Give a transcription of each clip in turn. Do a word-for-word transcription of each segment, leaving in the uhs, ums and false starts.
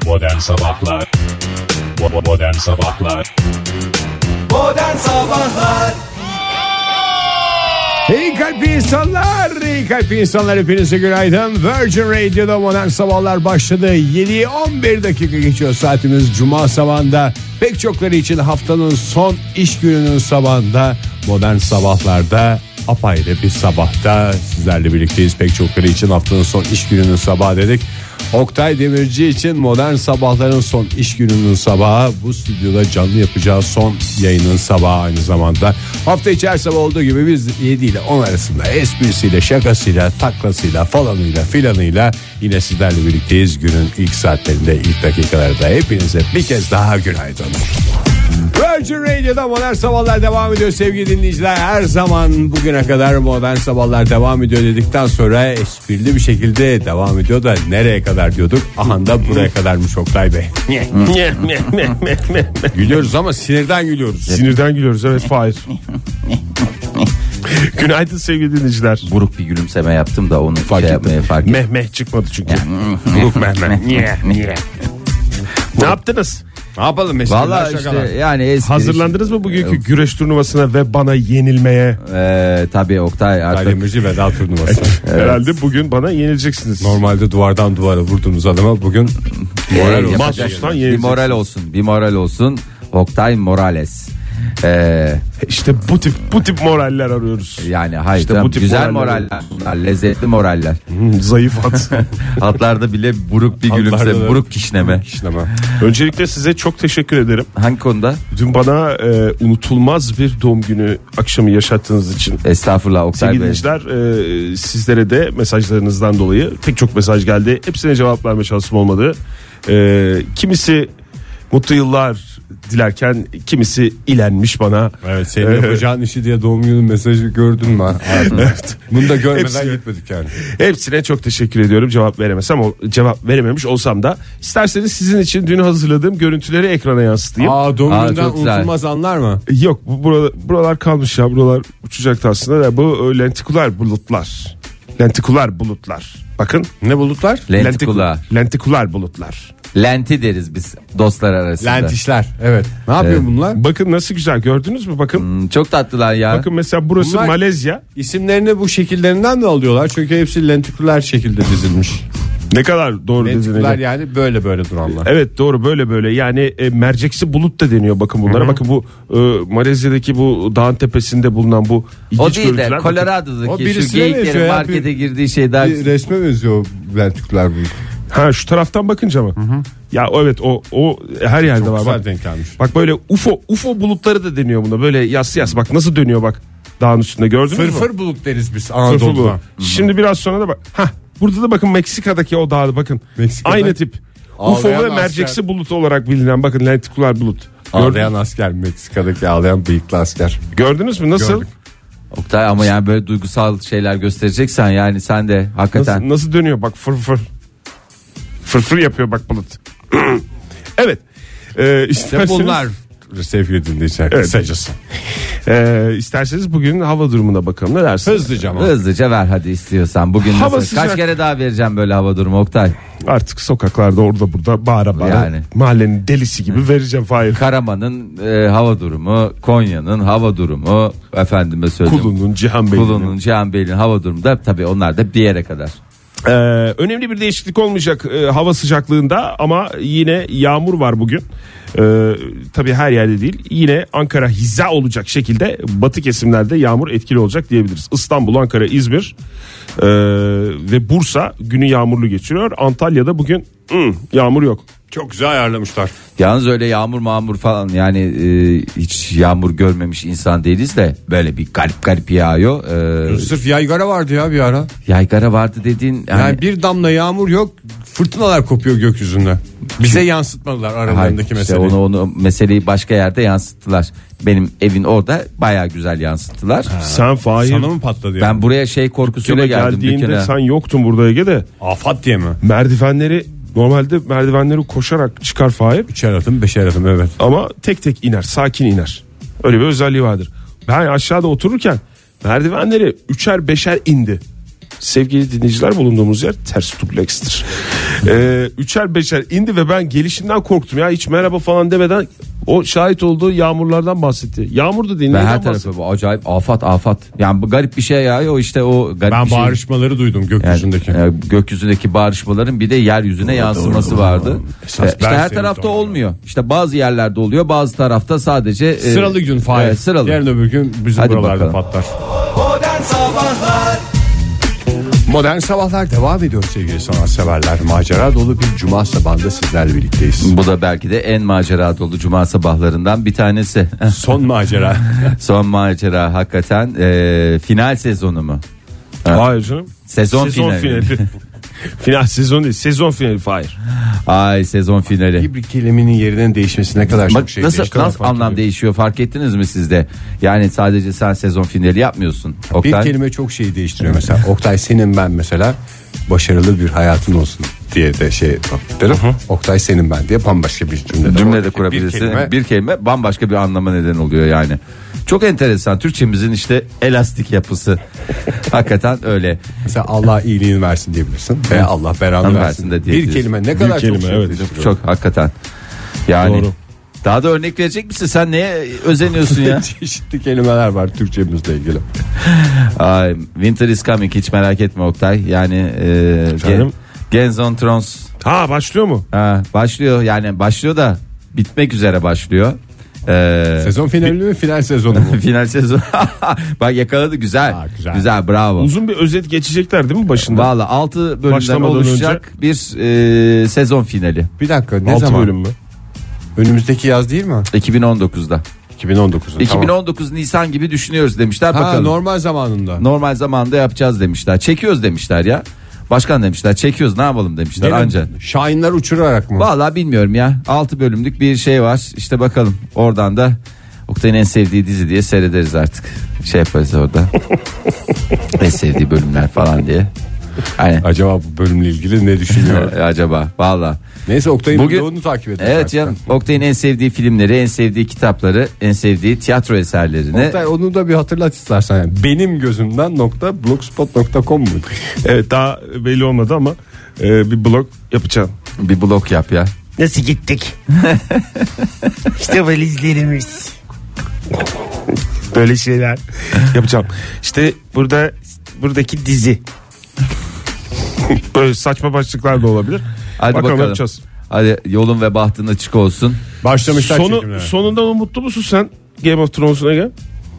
Modern Sabahlar Modern Sabahlar Modern Sabahlar Hey kalp insanlar, hey kalp insanlar, hepinize günaydın. Virgin Radio'da Modern Sabahlar başladı. yediye on bir dakika geçiyor saatimiz Cuma sabahında. Pek çokları için haftanın son iş gününün sabahında Modern Sabahlar'da apayrı bir sabahta sizlerle birlikteyiz. Pek çokları için haftanın son iş gününün sabahı dedik. Oktay Demirci için Modern Sabahların son iş gününün sabahı, bu stüdyoda canlı yapacağı son yayının sabahı aynı zamanda. Hafta içi her sabah olduğu gibi biz yedi ile on arasında esprisiyle, şakasıyla, taklasıyla, falanıyla, filanıyla yine sizlerle birlikteyiz. Günün ilk saatlerinde, ilk dakikalarda hepinize bir kez daha günaydın. Virgin Radio'da Modern Sabahlar devam ediyor sevgili dinleyiciler. Her zaman bugüne kadar Modern Sabahlar devam ediyor dedikten sonra esprili bir şekilde devam ediyor da nereye kadar diyorduk? Aha da buraya kadarmış Oktay Bey. Gülüyoruz ama sinirden gülüyoruz. Sinirden gülüyoruz, evet Fahir. Günaydın sevgili dinleyiciler. Buruk bir gülümseme yaptım da onu Fark şey ettim. yapmaya fark ettim. Mehmeh çıkmadı çünkü. Buruk mehmeh. Ne yaptınız? Ne yapalım mesela? Valla işte yani eski Hazırlandınız mı bugünkü güreş turnuvasına ve bana yenilmeye? Ee, tabii Oktay artık. Demirci veda turnuvası. Evet. Herhalde bugün bana yenileceksiniz. Normalde duvardan duvara vurduğunuz adama bugün moral olsun. Mahsustan bir yenileceksiniz. moral olsun, bir moral olsun. Oktay Morales. Ee, İşte bu tip bu tip moraller arıyoruz. yani hayır, İşte tamam, bu tip güzel moraller. moraller, bunlar, lezzetli moraller. Hmm, zayıf at. Hatlarda bile buruk bir Hatlarda gülümseme, da- buruk kişneme. İşleme. Öncelikle size çok teşekkür ederim. Hangi konuda? Dün bana e, unutulmaz bir doğum günü akşamı yaşattığınız için. Estağfurullah Oktay Sevgili Bey. dinleyiciler, e, sizlere de mesajlarınızdan dolayı pek çok mesaj geldi. Hepsine cevap verme şansım olmadı. E, kimisi mutlu yıllar dilerken kimisi ilenmiş bana. Evet, senin Ee, yapacağın işi diye doğum günü mesajı gördün mü? Evet. Bunu da görmeden Hepsi- gitmedik yani. Hepsine çok teşekkür ediyorum. Cevap veremesem, o cevap verememiş olsam da isterseniz sizin için dün hazırladığım görüntüleri ekrana yansıtayım. Aa, doğum Aa, günden çok güzel. unutulmaz anlar mı? Yok, bu buralar, buralar kalmış ya. Buralar uçacaktı aslında da bu e, lentikular bulutlar. Lentikular bulutlar. Bakın. Ne bulutlar? Lentikular. Lentikular bulutlar. Lenti deriz biz dostlar arasında. Lentişler. Evet. Ne yapıyor Evet. bunlar? Bakın nasıl güzel, gördünüz mü? Bakın. Hmm, çok tatlılar ya. Bakın mesela burası Bunlar- Malezya. İsimlerini bu şekillerinden mi alıyorlar? Çünkü hepsi lentiküler şekilde dizilmiş. Ne kadar doğru Lentiküler dediğine. yani böyle böyle duranlar. Evet, doğru, böyle böyle yani e, merceksi bulut da deniyor bakın bunlara. Hı-hı. Bakın bu e, Malezya'daki bu dağın tepesinde bulunan bu ilginç O değil de görüntüler. Bakın. O Colorado'daki şu birisine benziyor geyiklerin ya, markete bir- girdiği şey daha Bir resme benziyor lentiküler bu. Ha, şu taraftan bakınca mı? Ya evet, o o her yerde Çok var. güzel Bak, denk gelmiş. bak böyle U F O U F O bulutları da deniyor buna. Böyle yas yas, bak nasıl dönüyor bak dağın üstünde, gördünüz mü? Fırfır bulut deriz biz Fırfır Anadolu'da. bulut. Şimdi biraz sonra da bak. Hah, burada da bakın Meksika'daki o dağda bakın. Meksika'da Aynı tip. U F O ağlayan ve asker. merceksi bulut olarak bilinen bakın lentikular bulut. Gördünüz, Ağlayan asker, Meksika'daki ağlayan bıyıklı asker. gördünüz mü nasıl? Gördük. Oktay, ama yani böyle duygusal şeyler göstereceksen yani sen de hakikaten. Nasıl, nasıl dönüyor bak, fırfır. Fırfır yapıyor bak bulut. Evet. Ee, İşte isterseniz, bunlar sevgili dinleyiciler. Evet. Kısacası. e, isterseniz bugün hava durumuna bakalım, ne dersiniz? Hızlıca ama. Hızlıca ver hadi istiyorsan. Bugün Hava nasıl? sıcak. Kaç kere daha vereceğim böyle hava durumu Oktay? Artık sokaklarda orada burada bağıra bağıra Yani. mahallenin delisi gibi vereceğim Fahir. Karaman'ın e, hava durumu, Konya'nın hava durumu, efendime söyleyeyim. Kulunun, Cihan Bey'in. Kulunun, Cihan Bey'in hava durumu da tabii onlar da bir yere kadar. Ee, önemli bir değişiklik olmayacak e, hava sıcaklığında ama yine yağmur var bugün. Ee, tabii her yerde değil. Yine Ankara hiza olacak şekilde batı kesimlerde yağmur etkili olacak diyebiliriz. İstanbul, Ankara, İzmir e, ve Bursa günü yağmurlu geçiriyor. Antalya'da bugün hmm, yağmur yok. Çok güzel ayarlamışlar. Yalnız öyle yağmur mağmur falan yani e, hiç yağmur görmemiş insan değiliz de böyle bir garip garip yağıyor. E, Sırf yaygara vardı ya bir ara. yaygara vardı dediğin yani, Yani bir damla yağmur yok, fırtınalar kopuyor gökyüzünde. Bize yansıtmadılar hayır, aralarındaki işte meseleyi. onu, onu meseleyi başka yerde yansıttılar. Benim evin orada bayağı güzel yansıttılar. Sen Fahir Sana mı patladı yani? Ben buraya şey korkusuyla dükkana geldim geldiğinde dükkana. sen yoktun burada Ege de. Afat diye mi? Merdivenleri, normalde merdivenleri koşarak çıkar Fahir. Üçer adım beşer adım evet. Ama tek tek iner, sakin iner. Öyle bir özelliği vardır. Ben aşağıda otururken merdivenleri üçer beşer indi. Sevgili dinleyiciler, bulunduğumuz yer ters duplekstir. Ee, üçer beşer indi ve ben gelişinden korktum ya, hiç merhaba falan demeden o şahit olduğu yağmurlardan bahsetti. Yağmur da değil. Ve her tarafı bu acayip afat afat. Yani bu garip bir şey ya, o işte o garip Ben bir şey. bağırışmaları duydum gökyüzündeki. Yani, e, gökyüzündeki bağırışmaların bir de yeryüzüne yansıması doğru. vardı. Esas E, işte ben her seni tarafta doğru. olmuyor. İşte bazı yerlerde oluyor, bazı tarafta sadece e, Sıralı gün Fahir. e, sıralı. Yarın öbür gün bizim Hadi buralarda bakalım. patlar. Modern Sabahlar Modern Sabahlar devam ediyor sevgili sanatseverler. Macera dolu bir cuma sabahında sizlerle birlikteyiz. Bu da belki de en macera dolu cuma sabahlarından bir tanesi. Son macera. Son macera hakikaten e, final sezonu mu? Hayır canım. Sezon, finali. finali. Final sezon değil, sezon finali Fahir. Ay sezon finali. Bir kelimenin yerinin değişmesi ne kadar Bak çok şey nasıl, değişti. nasıl anlam değişiyor, fark ettiniz mi siz de? Yani sadece sen sezon finali yapmıyorsun. Bir Oktay. kelime çok şeyi değiştiriyor mesela. Oktay senin ben mesela başarılı bir hayatın olsun diye de şey derim. Oktay senin ben diye bambaşka bir cümle. Cümle de kurabilirsin. Bir kelime, bir kelime bambaşka bir anlama neden oluyor yani. Çok enteresan Türkçemizin işte elastik yapısı. Hakikaten öyle. Mesela Allah iyiliğini versin diyebilirsin. Ve Allah belanı versin. versin de Bir diyebilirsin. kelime ne kadar kelime, çok şey evet. değiştiriyor. Çok hakikaten. Yani Doğru. daha da örnek verecek misin? Sen neye özeniyorsun ya? Çeşitli kelimeler var Türkçemizle ilgili. Ay, Winter is coming, hiç merak etme Oktay. Yani e, Efendim? Games on Thrones Ha, başlıyor mu? ha, başlıyor yani başlıyor da bitmek üzere başlıyor. Ee, Sezon finali mi final sezonu mu? final sezon. Bak yakaladı, güzel. Ha, güzel. Güzel, bravo. Uzun bir özet geçecekler değil mi başında? Valla altı bölümden Başlamadan oluşacak bir e, sezon finali. Bir dakika ne altı zaman? bölüm mü? Önümüzdeki yaz değil mi? iki bin on dokuzda. iki bin on dokuzda. iki bin on dokuz Nisan gibi düşünüyoruz demişler. Ha, Bakalım. normal zamanında. Normal zamanda yapacağız demişler. Çekiyoruz demişler ya. Başkan demişler, çekiyoruz, ne yapalım demişler. Gene Anca. Şahinler uçurarak mı? Vallahi bilmiyorum ya. altı bölümlük bir şey var. İşte bakalım. Oradan da Oktay'ın en sevdiği dizi diye seyrederiz artık. Şey yaparız orada. En sevdiği bölümler falan diye. Aynen. Acaba bu bölümle ilgili ne düşünüyor? Acaba valla. Neyse Oktay'ın Bugün- onu takip edin. Evet canım. Oktay'ın en sevdiği filmleri, en sevdiği kitapları, en sevdiği tiyatro eserlerini. Oktay onu da bir hatırlat istersen. Yani. Benim gözümden nokta blogspot nokta com mu? Evet, daha belli olmadı ama e, bir blog yapacağım. Bir blok yap ya. Nasıl gittik? İşte valizlerimiz. Böyle şeyler yapacağım. İşte burada buradaki dizi. Böyle saçma başlıklar da olabilir. Hadi bakalım. yapacağız. Hadi yolun ve bahtın açık olsun. Başlamışlar Sonu, çekimlere. sonundan umutlu musun sen Game of Thrones'una gel?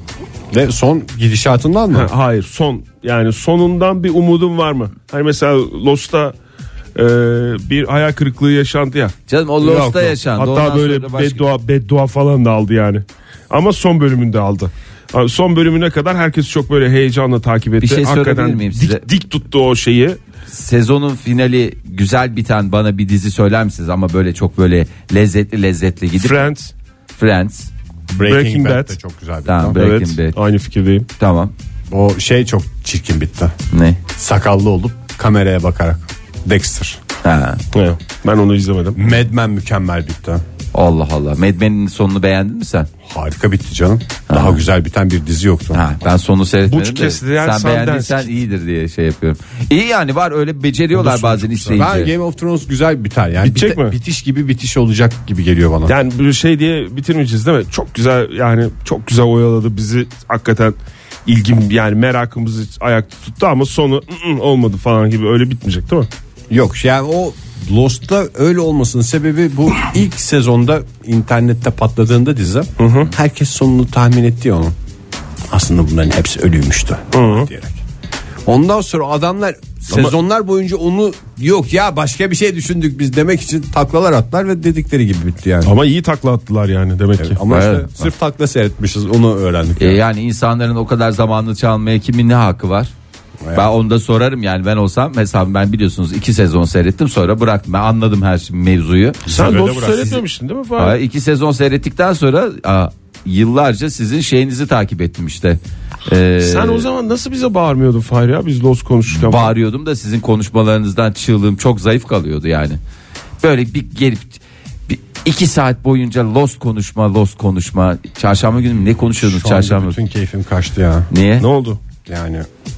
Ne, son gidişatından mı? Ha, hayır, son, yani sonundan bir umudun var mı? Hani mesela Lost'ta e, bir hayal kırıklığı yaşandı ya. Canım o Yok, Lost'ta yok. yaşandı. Hatta Ondan böyle sonra başka- beddua, beddua falan da aldı yani. Ama son bölümünde aldı. Yani son bölümüne kadar herkes çok böyle heyecanla takip etti. Bir şey Hakikaten sorabilir miyim size? dik, dik tuttu o şeyi. Sezonun finali güzel biten bana bir dizi söyler misiniz? Ama böyle çok böyle lezzetli lezzetli gidip. Friends. Friends. Breaking, Breaking Bad, Bad. de çok güzel bir Tamam, tam. Breaking Evet, Bad. aynı fikirdeyim. Tamam. O şey çok çirkin bitti. Ne? Sakallı olup kameraya bakarak. Dexter. Ha. Evet, ben onu izlemedim. Mad Men mükemmel bitti. Allah Allah. Mad Men'in sonunu beğendin mi sen? Harika bitti canım. Daha güzel biten bir dizi yoktu. Ha, ben sonunu seyretmedim Buçuk de kesti yani, sen Sundance. beğendiysen iyidir diye şey yapıyorum. İyi yani, var öyle beceriyorlar bazen isteyince. Ben Game of Thrones güzel biter. Yani Bitecek bite- mi? Bitiş gibi bitiş olacak gibi geliyor bana. Yani bir şey diye bitirmeyeceğiz değil mi? Çok güzel, yani çok güzel oyaladı bizi. Hakikaten ilgim, yani merakımızı ayakta tuttu ama sonu ı-ı olmadı falan gibi, öyle bitmeyecek değil mi? Yok yani o Lost'ta öyle olmasının sebebi bu ilk sezonda internette patladığında dizi herkes sonunu tahmin etti ya onun. Aslında bunların hepsi ölüymüştü diyerek. Ondan sonra adamlar sezonlar boyunca onu yok ya başka bir şey düşündük biz demek için taklalar attılar ve dedikleri gibi bitti yani. Ama iyi takla attılar yani demek ki. Ama işte Evet. sırf takla seyretmişiz onu öğrendik. E, yani. yani insanların o kadar zamanını çalmaya kimin ne hakkı var? Ben onu da sorarım yani, ben olsam mesela, ben biliyorsunuz iki sezon seyrettim sonra bıraktım. Ben anladım her şey, mevzuyu. Sen Öyle Lost'u bırak. seyretmemiştin değil mi Fahir? Ha, iki sezon seyrettikten sonra aa, yıllarca sizin şeyinizi takip ettim işte. Ee, Sen o zaman nasıl bize bağırmıyordun Fahir ya, biz Lost konuşurken? bağırıyordum da sizin konuşmalarınızdan çığlığım çok zayıf kalıyordu yani. Böyle bir gelip bir iki saat boyunca Lost konuşma, Lost konuşma. Çarşamba günü ne konuşuyordunuz Şu anda çarşamba? bütün keyfim kaçtı ya. Niye? Ne oldu? Yani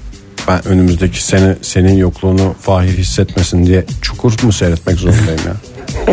Ben önümüzdeki sene senin yokluğunu Fahir hissetmesin diye Çukur mu seyretmek zorundayım ya?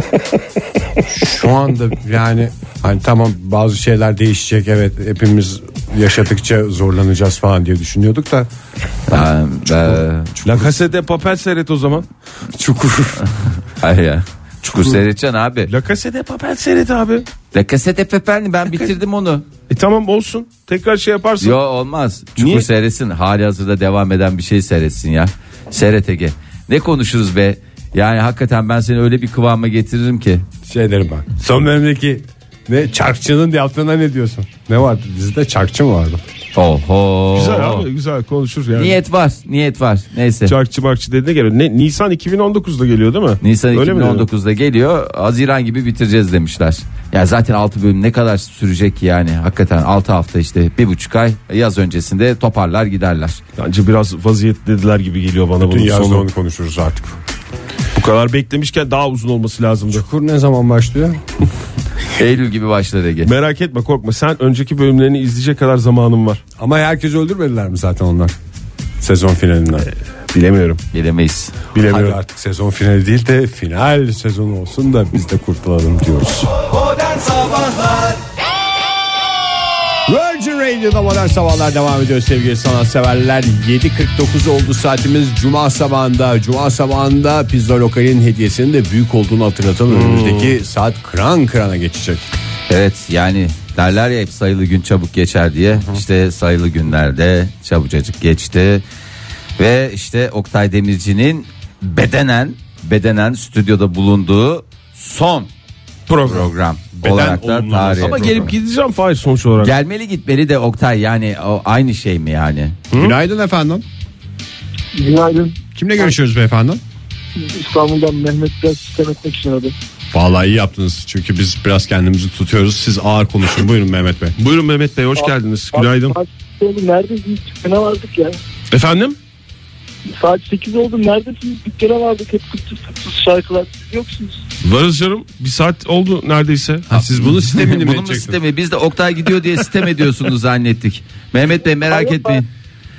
Şu anda yani hani tamam bazı şeyler değişecek, evet hepimiz yaşadıkça zorlanacağız falan diye düşünüyorduk da Ben, ben, La Casa de Papel seyret o zaman. Çukur. hayır ya. Çukur seyredeceksin abi. La Casa de Papel seyret abi. La Casa de Papel'i ben bitirdim onu. E tamam olsun. Tekrar şey yaparsın. Yo olmaz. Çukur Niye? seyretsin. Hali hazırda devam eden bir şey seyretsin ya. Seyret Ege. Ne konuşuruz be? Yani hakikaten ben seni öyle bir kıvama getiririm ki. Şey derim ben. Son bölümdeki ne Çarkçı'nın yaptığına ne diyorsun? Ne vardı dizide, Çarkçı mı vardı? Oho. Güzel abi, güzel konuşur yani. Niyet var, niyet var. Neyse. Çarkçı Markçı dediğine geliyor. Ne, Nisan iki bin on dokuzda geliyor değil mi? Nisan Öyle iki bin mi on dokuzda geliyor. Haziran gibi bitireceğiz demişler. Ya zaten altı bölüm ne kadar sürecek ki yani? Hakikaten altı hafta işte, bir buçuk ay, yaz öncesinde toparlar giderler. Bence biraz vaziyetlediler gibi geliyor bana Bütün bunun yazda sonu. onu konuşuruz artık. Bu kadar beklemişken daha uzun olması lazımdı. Çukur ne zaman başlıyor? Eylül gibi başlar Ege. Merak etme, korkma, sen önceki bölümlerini izleyecek kadar zamanın var. Ama herkes öldürmediler mi zaten onlar? Sezon finalinden. Bilemiyorum. Bilemeyiz. Bilemiyorum. Hadi artık sezon finali değil de final sezonu olsun da biz de kurtulalım diyoruz. Modern Sabahlar Virgin Radio'da Modern Sabahlar devam ediyor sevgili sanatseverler. yedi kırk dokuz oldu saatimiz Cuma sabahında. Cuma sabahında Pizza Lokal'in hediyesinin de büyük olduğunu hatırlatalım. Hmm. Önümüzdeki saat kıran kırana geçecek. Evet yani derler ya hep sayılı gün çabuk geçer diye. İşte sayılı günlerde çabucacık geçti. Ve işte Oktay Demirci'nin bedenen bedenen stüdyoda bulunduğu son Program. program Beden olarak da olumlu. tarihe. Ama program. gelip gideceğim Fahir sonuç olarak. Gelmeli gitmeli de Oktay, yani o aynı şey mi yani? Günaydın efendim. Günaydın. Kimle görüşüyoruz beyefendi? İstanbul'dan Mehmet biraz sistem etmek için aradım. Vallahi iyi yaptınız çünkü biz biraz kendimizi tutuyoruz. Siz ağır konuşun. Buyurun Mehmet Bey. Buyurun Mehmet Bey, hoş geldiniz. Günaydın. Saat oldu, neredesiniz? Dükkana vardık ya. Efendim? Saat sekiz oldu, neredesiniz? Dükkana vardık, hep kıtsız kıtsız şarkılar. Siz yoksunuz. Varız canım. Bir saat oldu neredeyse. Ha, siz bunu sistemini mi Bunun mu edeceksiniz? sistemi? Biz de Oktay gidiyor diye sistem ediyorsunuz zannettik. Mehmet Bey merak Hayır, etmeyin.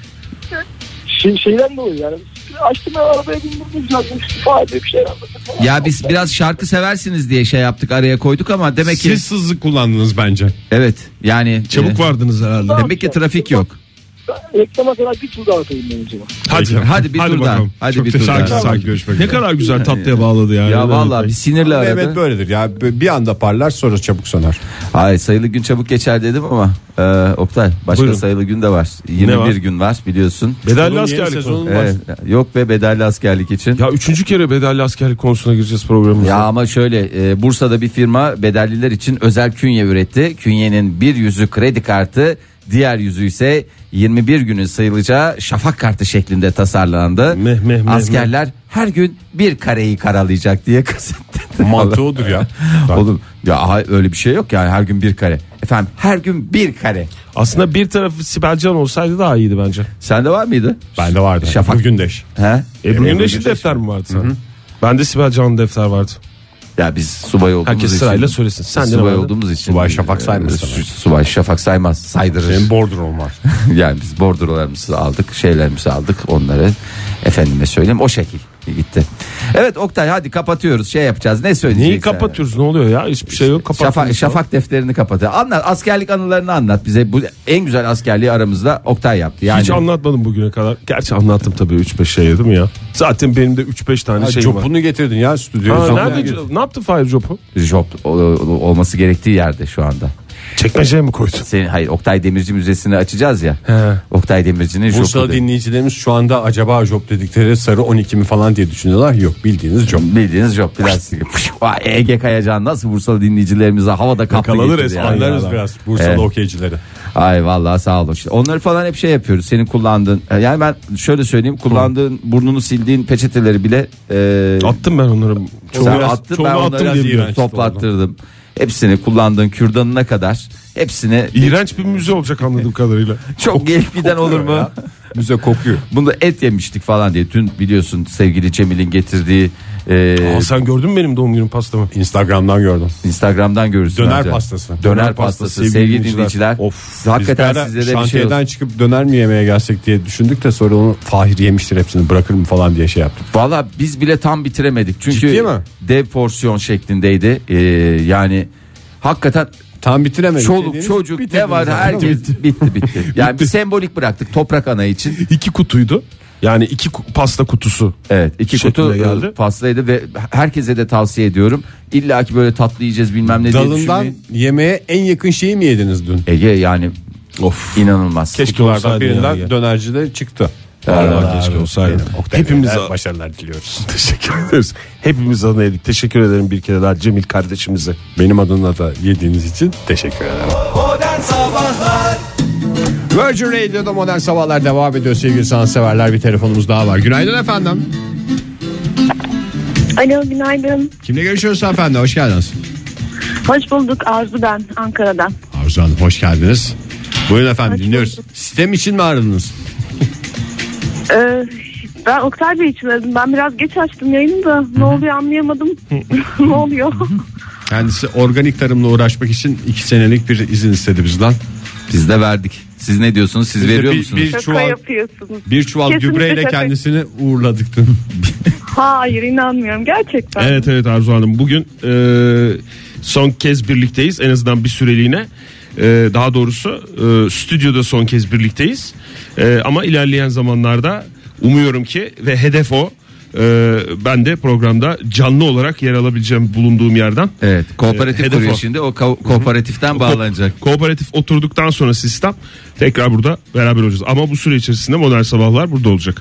Şey, şeyden dolayı yani. Açtım ben arabaya bindirdim zaten. İstifa ediyor bir şey anladım. Ya biz biraz şarkı seversiniz diye şey yaptık, araya koyduk ama demek ki Siz hızlı kullandınız bence. evet yani Çabuk e, vardınız herhalde. demek ki trafik yok. Reklama kadar bir tur daha atayım ben o zaman. Hadi, Hadi bir tur daha. bakalım. Hadi Çok bir tur teşekkür- daha. Sakin görüşmek Ne kadar güzel tatlıya bağladı yani. Ya Mehmet vallahi Bey. bir sinirli Mehmet aradı. böyledir ya. Bir anda parlar sonra çabuk söner. Hayır, sayılı gün çabuk geçer dedim ama e, Oktay başka Buyurun. sayılı gün de var. yirmi bir var? gün var biliyorsun. Bedelli Bunun yeni askerlik sezonu var. var. Evet, yok be bedelli askerlik için. Ya üçüncü kere bedelli askerlik konusuna gireceğiz programımıza. Ya ama şöyle e, Bursa'da bir firma bedelliler için özel künye üretti. Künyenin bir yüzü kredi kartı, diğer yüzü ise yirmi bir günün sayılacağı şafak kartı şeklinde tasarlandı. Meh, meh, meh, Askerler her gün bir kareyi karalayacak diye kasette. Mantığı odur ya. Oğlum ya aha, öyle bir şey yok yani, her gün bir kare. Efendim her gün bir kare. Aslında bir tarafı Sibel Can olsaydı daha iyiydi bence. Sende var mıydı? Bende vardı. Şafak. Ebru Gündeş. He? Ebru Gündeş'in defter mi vardı sana? Bende Sibel Can'ın defter vardı. Ya biz subay olduğumuz Herkes için. sırayla söylesin. Sen de ne subay vardı? olduğumuz için. Subay Şafak saymaz e, sana. su- Subay Şafak saymaz. Saydırır. Benim border olmaz. Yani biz bordrolarımızı aldık, şeylerimizi aldık, onları efendime söyleyeyim o şekil gitti. Evet Oktay, hadi kapatıyoruz, şey yapacağız, ne söyleyeceksin? Neyi kapatıyoruz, ne oluyor ya? Hiçbir şey yok. Şafak, Kapatıyoruz. şafak defterini kapatıyor. Anlat, askerlik anılarını anlat bize. Bu en güzel askerliği aramızda Oktay yaptı. Yani Hiç anlatmadım bugüne kadar. Gerçi anlattım tabii üç beş şey değil mi ya? Zaten benim de üç beş tane Ha, şeyim var. Jopunu getirdin ya stüdyoya. Ha, Jopunu nerede, getirdin. ne yaptın Fahir Jop'u? job o- o- olması gerektiği yerde şu anda. Çekmeceye mi koydun? Senin, hayır, Oktay Demirci Müzesi'ni açacağız ya. He. Oktay Demirci'nin jobu. Bursa'da dinleyicilerimiz şu anda acaba job dedikleri sarı on iki mi falan diye düşünüyorlar. Yok, bildiğiniz job. Bildiğiniz job plastik. Vay, Ege Kayacan nasıl Bursalı dinleyicilerimize havada kaptı Yakaladı getirdi resmen. ya. Anlarız ya. biraz Bursalı Evet. okeycileri. Ay vallahi sağ olun. İşte onları falan hep şey yapıyoruz. Senin kullandığın, yani ben şöyle söyleyeyim, kullandığın burnunu sildiğin peçeteleri bile e, Attım ben onları. sen Çoğunu, attın, çoğunu ben attım onları diye biliyorum. iğrenç toplattırdım. Hepsini, kullandığın kürdanına kadar hepsini İğrenç bir müze olacak anladığım kadarıyla. çok gelip giden olur mu? Müze kokuyor. Bunda et yemiştik falan diye. Dün biliyorsun sevgili Cemil'in getirdiği Ee, Aa, sen gördün mü benim doğum günüm pastamı? Instagram'dan gördüm. Instagram'dan görürsün. Döner amca. pastası. Döner, Döner pastası pastası, sevgili sevgili dinleyiciler. Of. Hakikaten Biz size de bir şey şantiyeden olsun. çıkıp döner mi yemeye gelsek diye düşündük de sonra onu Fahir yemiştir hepsini, bırakır mı falan diye şey yaptık. Valla biz bile tam bitiremedik. Çünkü Ciddi mi? dev porsiyon şeklindeydi. Ee, yani hakikaten Tam bitiremedik. çoluk dediğiniz, çocuk bitirdiniz ne var ama herkes bitti bitti. Yani bir sembolik bıraktık toprak ana için. İki kutuydu. Yani iki ku- pasta kutusu. Evet iki Şeklinde kutu geldi. e, pastaydı ve herkese de tavsiye ediyorum. İlla ki böyle tatlı yiyeceğiz bilmem ne diye Dalından düşünmeyin. yemeğe en yakın şeyi mi yediniz dün? Ege yani of inanılmaz. Keşke Kutulardan olsaydı birinden ya. dönerci de çıktı. Vallahi keşke olsaydı. Hepimiz Hepimize başarılar diliyoruz. teşekkür ederiz. Hepimiz adına yedik. Teşekkür ederim bir kere daha Cemil kardeşimize. Benim adına da yediğiniz için teşekkür ederim. Modern Sabahlar Virgin Radio'da Modern Sabahlar devam ediyor sevgili sanatseverler. Bir telefonumuz daha var. Günaydın efendim. Alo günaydın. Kimle görüşüyoruz efendim? Hoş geldiniz. Hoş bulduk Arzu ben Ankara'dan. Arzu Hanım hoş geldiniz. Buyurun efendim Hoş dinliyoruz. bulduk. Sistem için mi aradınız? Ee, ben Oktay Bey için aradım. Ben biraz geç açtım yayını da ne oluyor anlayamadım. Ne oluyor? Kendisi organik tarımla uğraşmak için iki senelik bir izin istedi bizden. Biz de verdik. Siz ne diyorsunuz? Siz Biz de veriyor bir- musunuz? bir- Şaka çuval- yapıyorsunuz. Bir çuval Kesinlikle gübreyle şaka. kendisini uğurladık dün. Hayır inanmıyorum gerçekten. Evet evet Arzu Hanım bugün e, son kez birlikteyiz en azından bir süreliğine. E, daha doğrusu e, stüdyoda son kez birlikteyiz. E, ama ilerleyen zamanlarda umuyorum ki ve hedef o. E, ben de programda canlı olarak yer alabileceğim bulunduğum yerden. Evet, kooperatif Hedef kuruyor o. şimdi. O ko- kooperatiften bağlanacak. Ko- kooperatif oturduktan sonra sistem tekrar burada beraber olacağız. Ama bu süre içerisinde Modern Sabahlar burada olacak.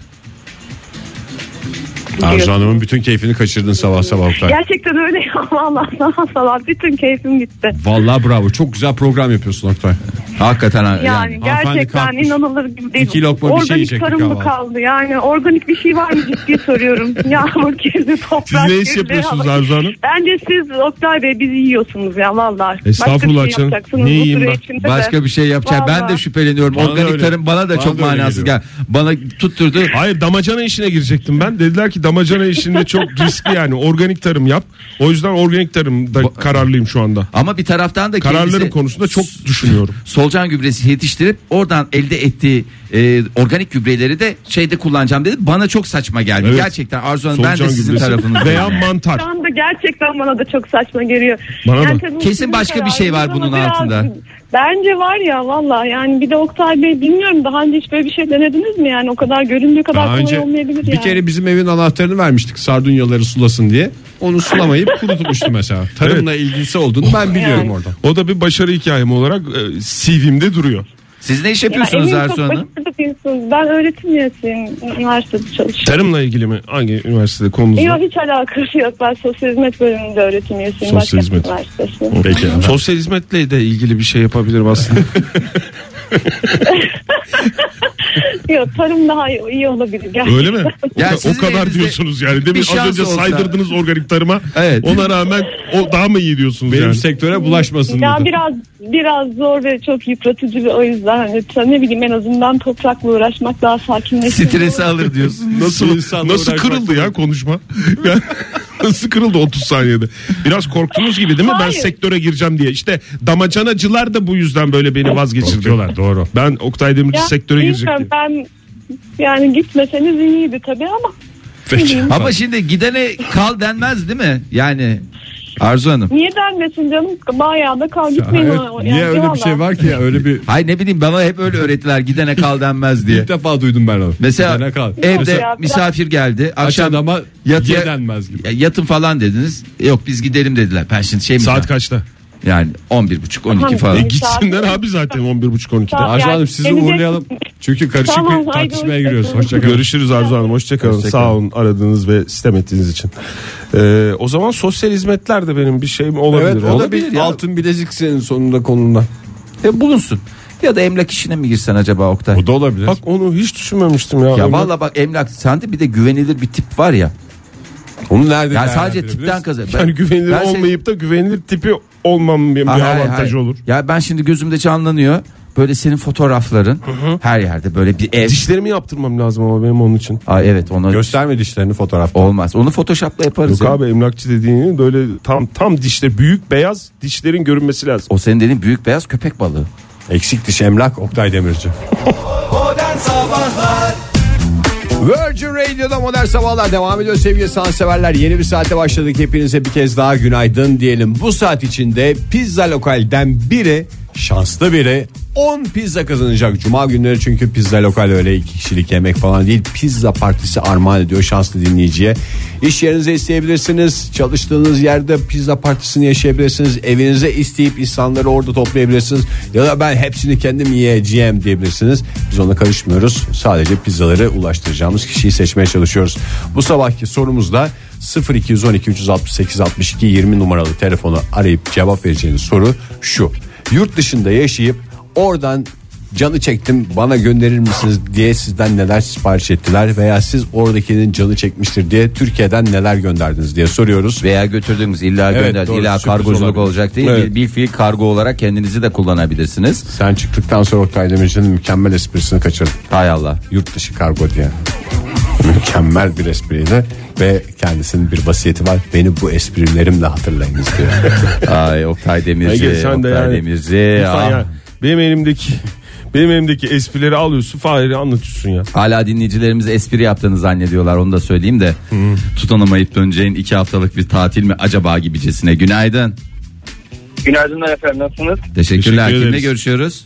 Arzu Hanım'ın bütün keyfini kaçırdın sabah sabah. Oktay. Gerçekten öyle ya vallahi sabah sabah bütün keyfim gitti. Vallahi bravo, çok güzel program yapıyorsun Oktay. Hakikaten ha- Yani, yani. hanımefendi gerçekten kalkmış. inanılır gibi değil. İki lokma bir şey Organik yiyecektik tarım mı ama. kaldı? Yani organik bir şey var mı ciddi soruyorum. Yağmur kirli toprak Siz ne iş kirli, yapıyorsunuz hava- Arzu Hanım? Bence siz Oktay Bey bizi yiyorsunuz ya vallahi. Estağfurullah Başka bir şey canım. yapacaksınız Ne bu yiyeyim süre ben? içinde de. Başka bir şey yapacak. Ben de Vallahi. şüpheleniyorum. Bana da Organik öyle. tarım bana da Bana çok da öyle manasız geliyor. gel. Bana tutturdu. Hayır damacana işine girecektim ben. Dediler ki damacana işinde çok riskli yani. Organik tarım yap. O yüzden organik tarımda kararlıyım şu anda. Ama bir taraftan da Kararlarım kendisi konusunda çok düşünüyorum. solucan gübresi yetiştirip oradan elde ettiği e, organik gübreleri de şeyde kullanacağım dedi. Bana çok saçma geldi. Evet. Gerçekten Arzu Hanım ben Solucan de sizin gübresi tarafınızdayım. veya mantar. Şu anda gerçekten bana da çok saçma geliyor. Bana da. tabii Kesin sizin başka bir şey var kararınız bunun ama biraz- altında. Bence var ya valla yani bir de Oktay Bey bilmiyorum daha önce hiç böyle bir şey denediniz mi yani o kadar göründüğü kadar Daha kolay önce olmayabilir bir yani. kere bizim evin anahtarını vermiştik sardunyaları sulasın diye. Onu sulamayıp kurutmuştu mesela. Tarımla ilgisi olduğunu ben biliyorum Yani. oradan. O da bir başarı hikayem olarak e, C V'mde duruyor. Siz ne iş Ya yapıyorsunuz eminim Arzu çok Hanım? başarılı bir insansınız. Ben öğretim üyesiyim. Üniversitede çalışıyorum. Tarımla ilgili mi? Hangi üniversitede konunuz Yok var? hiç alakası yok. Ben sosyal hizmet bölümünde öğretim üyesiyim. Sosyal Başkent hizmet. Üniversitesi. Peki. Sosyal hizmetle de ilgili bir şey yapabilirim aslında. Yok tarım daha iyi, iyi olabilir. Gerçekten. Öyle mi? Ya o, sizin o kadar elinizde diyorsunuz yani. Demin bir az şans önce olsa- saydırdınız organik tarıma. Evet. Ona rağmen o daha mı iyi diyorsunuz Benim yani? sektöre bulaşmasın Ya dedi. biraz biraz zor ve çok yıpratıcı ve o yüzden hani ta- ne bileyim en azından toprakla uğraşmak daha sakinleştirici. Stresi alır diyorsun. Nasıl İnsanla nasıl uğraşmak kırıldı ya konuşma? Yani nasıl kırıldı otuz saniyede? Biraz korktunuz gibi değil mi? Ben Hayır. sektöre gireceğim diye. İşte damacanacılar da bu yüzden böyle beni vazgeçirdi. Korkuyorlar, doğru. Ben Oktay Demirci Ya, sektöre girecek bilmiyorum, diye. ben yani gitmeseniz iyiydi tabii ama. Peki. Ama şimdi gidene kal denmez değil mi? Yani Arzu Hanım. Niye denmesin canım? Bayağı da kal gitmeyin. Hayır, o- niye yani öyle bir vallahi. şey var ki ya, öyle bir Hay ne bileyim bana hep öyle öğrettiler gidene kal denmez diye. ilk defa duydum ben onu. Mesela Gidene kal. evde Mesela biraz- misafir geldi. Aç Akşam adama yatıya- ye denmez gibi. ya yatın falan dediniz. Yok biz gidelim dediler. Ben şimdi şey mi? Saat diyeceğim? kaçta? Yani on bir buçuk on iki Tamam. falan. E Saat- gitsinler abi zaten on bir buçuk on ikide. Tamam. Arzu Yani Hanım sizi gelecek- uğurlayalım. Çünkü karışık Tamam, bir haydi tartışmaya hoşça giriyoruz. kalın. Hoşçakalın. Görüşürüz Arzu Hanım. Hoşçakalın. Hoşça Sağ kalın. olun aradığınız ve sistem ettiğiniz için. Ee, o zaman sosyal hizmetler de benim bir şeyim olabilir. Evet, ya. o da Olabilir bir ya. altın bilezik senin sonunda konunda. E, bulunsun. Ya da emlak işine mi girsen acaba Oktay? O da olabilir. Bak onu hiç düşünmemiştim ya. Ya Emlak- valla bak emlak sende bir de güvenilir bir tip var ya. Onu nerede Yani sadece değerlendirebiliriz? tipten kazan. Yani güvenilir ben seni- olmayıp da güvenilir tipi olmam bir, bir Hayır, hayır, avantajı hayır. olur. Ya ben şimdi gözümde canlanıyor. böyle senin fotoğrafların hı-hı. her yerde böyle bir ev. Dişlerimi yaptırmam lazım ama benim onun için. Aa, evet onu gösterme dişlerini fotoğrafta. Olmaz. Onu Photoshop'la yaparız. Yok ya. Abi emlakçı dediğini böyle tam tam dişler büyük beyaz dişlerin görünmesi lazım. O senin dediğin büyük beyaz köpek balığı. Eksik diş emlak Oktay Demirci. Modern Sabahlar. Virgin Radio'da Modern Sabahlar devam ediyor sevgili sanatseverler. Yeni bir saate başladık. Hepinize bir kez daha günaydın diyelim. Bu saat içinde pizza lokalden biri, şanslı biri on pizza kazanacak. Cuma günleri çünkü pizza lokal öyle iki kişilik yemek falan değil. Pizza partisi armağan ediyor şanslı dinleyiciye. İş yerinize isteyebilirsiniz. Çalıştığınız yerde pizza partisini yaşayabilirsiniz. Evinize isteyip insanları orada toplayabilirsiniz. Ya da ben hepsini kendim yiyeceğim diyebilirsiniz. Biz ona karışmıyoruz. Sadece pizzaları ulaştıracağımız kişiyi seçmeye çalışıyoruz. Bu sabahki sorumuzda sıfır iki on iki üç altı sekiz altmış iki yirmi numaralı telefonu arayıp cevap vereceğiniz soru şu: yurt dışında yaşayıp oradan canı çektim bana gönderir misiniz diye sizden neler sipariş ettiler veya siz oradakinin canı çekmiştir diye Türkiye'den neler gönderdiniz diye soruyoruz. Veya götürdüğünüz illa Evet, gönder doğru, illa sürpriz kargoculuk olabilir. olacak değil. Evet. Bir, bir fiil kargo olarak kendinizi de kullanabilirsiniz. Sen çıktıktan sonra Oktay Demirci'nin mükemmel esprisini kaçırdın. Hay Allah. Yurt dışı kargo diye. Mükemmel bir espriydi ve kendisinin bir vasiyeti var. Beni bu esprilerimle hatırlayınız diyor. Ay Oktay Demirci. Ege, sen de Oktay yani, Demirci. lütfen Ah. ya, benim elimdeki benim elimdeki esprileri alıyorsun, Fahir'i anlatıyorsun ya. Hala dinleyicilerimiz espri yaptığını zannediyorlar, onu da söyleyeyim de. Hmm. Tutanamayıp döneceğin iki haftalık bir tatil mi acaba gibicesine. Günaydın. Günaydınlar efendim, nasılsınız? Teşekkürler. Teşekkür Kimle ederiz. görüşüyoruz?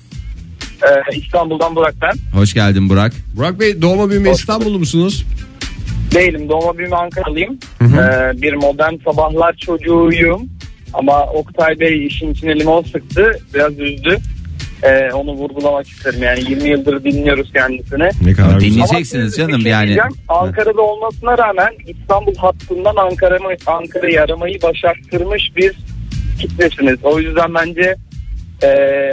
Ee, İstanbul'dan Burak ben. Hoş geldin Burak. Burak Bey, doğma büyüme İstanbullu musunuz? Değilim, doğma büyüme Ankaralıyım. Ee, bir modern sabahlar çocuğuyum. Ama Oktay Bey işin içine limon sıktı. Biraz üzdü. Ee, onu vurgulamak isterim. Yani yirmi yıldır dinliyoruz kendisini. Ne kadar güzel. Dinleyeceksiniz Ama canım bir şey yani. diyeceğim. Ankara'da olmasına rağmen İstanbul hattından Ankara'yı Ankara'yı aramayı başarttırmış bir kitlesiniz. O yüzden bence e,